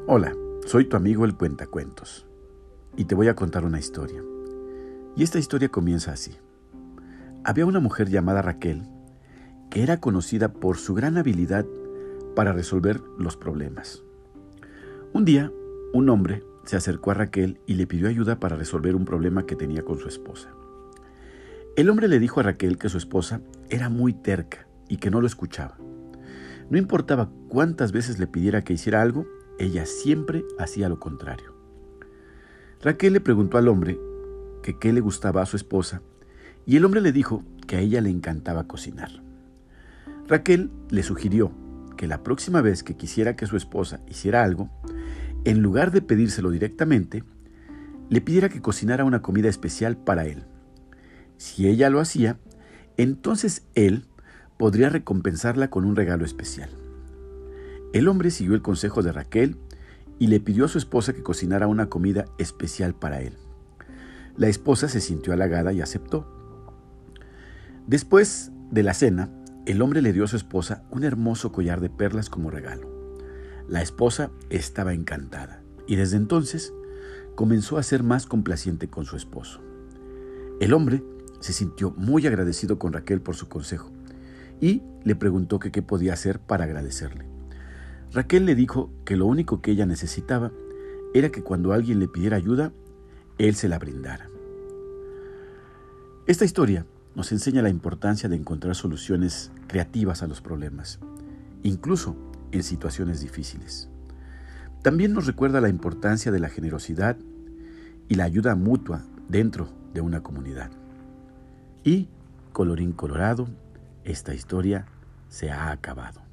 Hola, soy tu amigo el Cuentacuentos y te voy a contar una historia. Y esta historia comienza así. Había una mujer llamada Raquel que era conocida por su gran habilidad para resolver los problemas. Un día, un hombre se acercó a Raquel y le pidió ayuda para resolver un problema que tenía con su esposa. El hombre le dijo a Raquel que su esposa era muy terca y que no lo escuchaba. No importaba cuántas veces le pidiera que hiciera algo, ella siempre hacía lo contrario. Raquel le preguntó al hombre que qué le gustaba a su esposa y el hombre le dijo que a ella le encantaba cocinar. Raquel le sugirió que la próxima vez que quisiera que su esposa hiciera algo, en lugar de pedírselo directamente, le pidiera que cocinara una comida especial para él. Si ella lo hacía, entonces él podría recompensarla con un regalo especial. El hombre siguió el consejo de Raquel y le pidió a su esposa que cocinara una comida especial para él. La esposa se sintió halagada y aceptó. Después de la cena, el hombre le dio a su esposa un hermoso collar de perlas como regalo. La esposa estaba encantada y desde entonces comenzó a ser más complaciente con su esposo. El hombre se sintió muy agradecido con Raquel por su consejo y le preguntó que qué podía hacer para agradecerle. Raquel le dijo que lo único que ella necesitaba era que cuando alguien le pidiera ayuda, él se la brindara. Esta historia nos enseña la importancia de encontrar soluciones creativas a los problemas, incluso en situaciones difíciles. También nos recuerda la importancia de la generosidad y la ayuda mutua dentro de una comunidad. Y, colorín colorado, esta historia se ha acabado.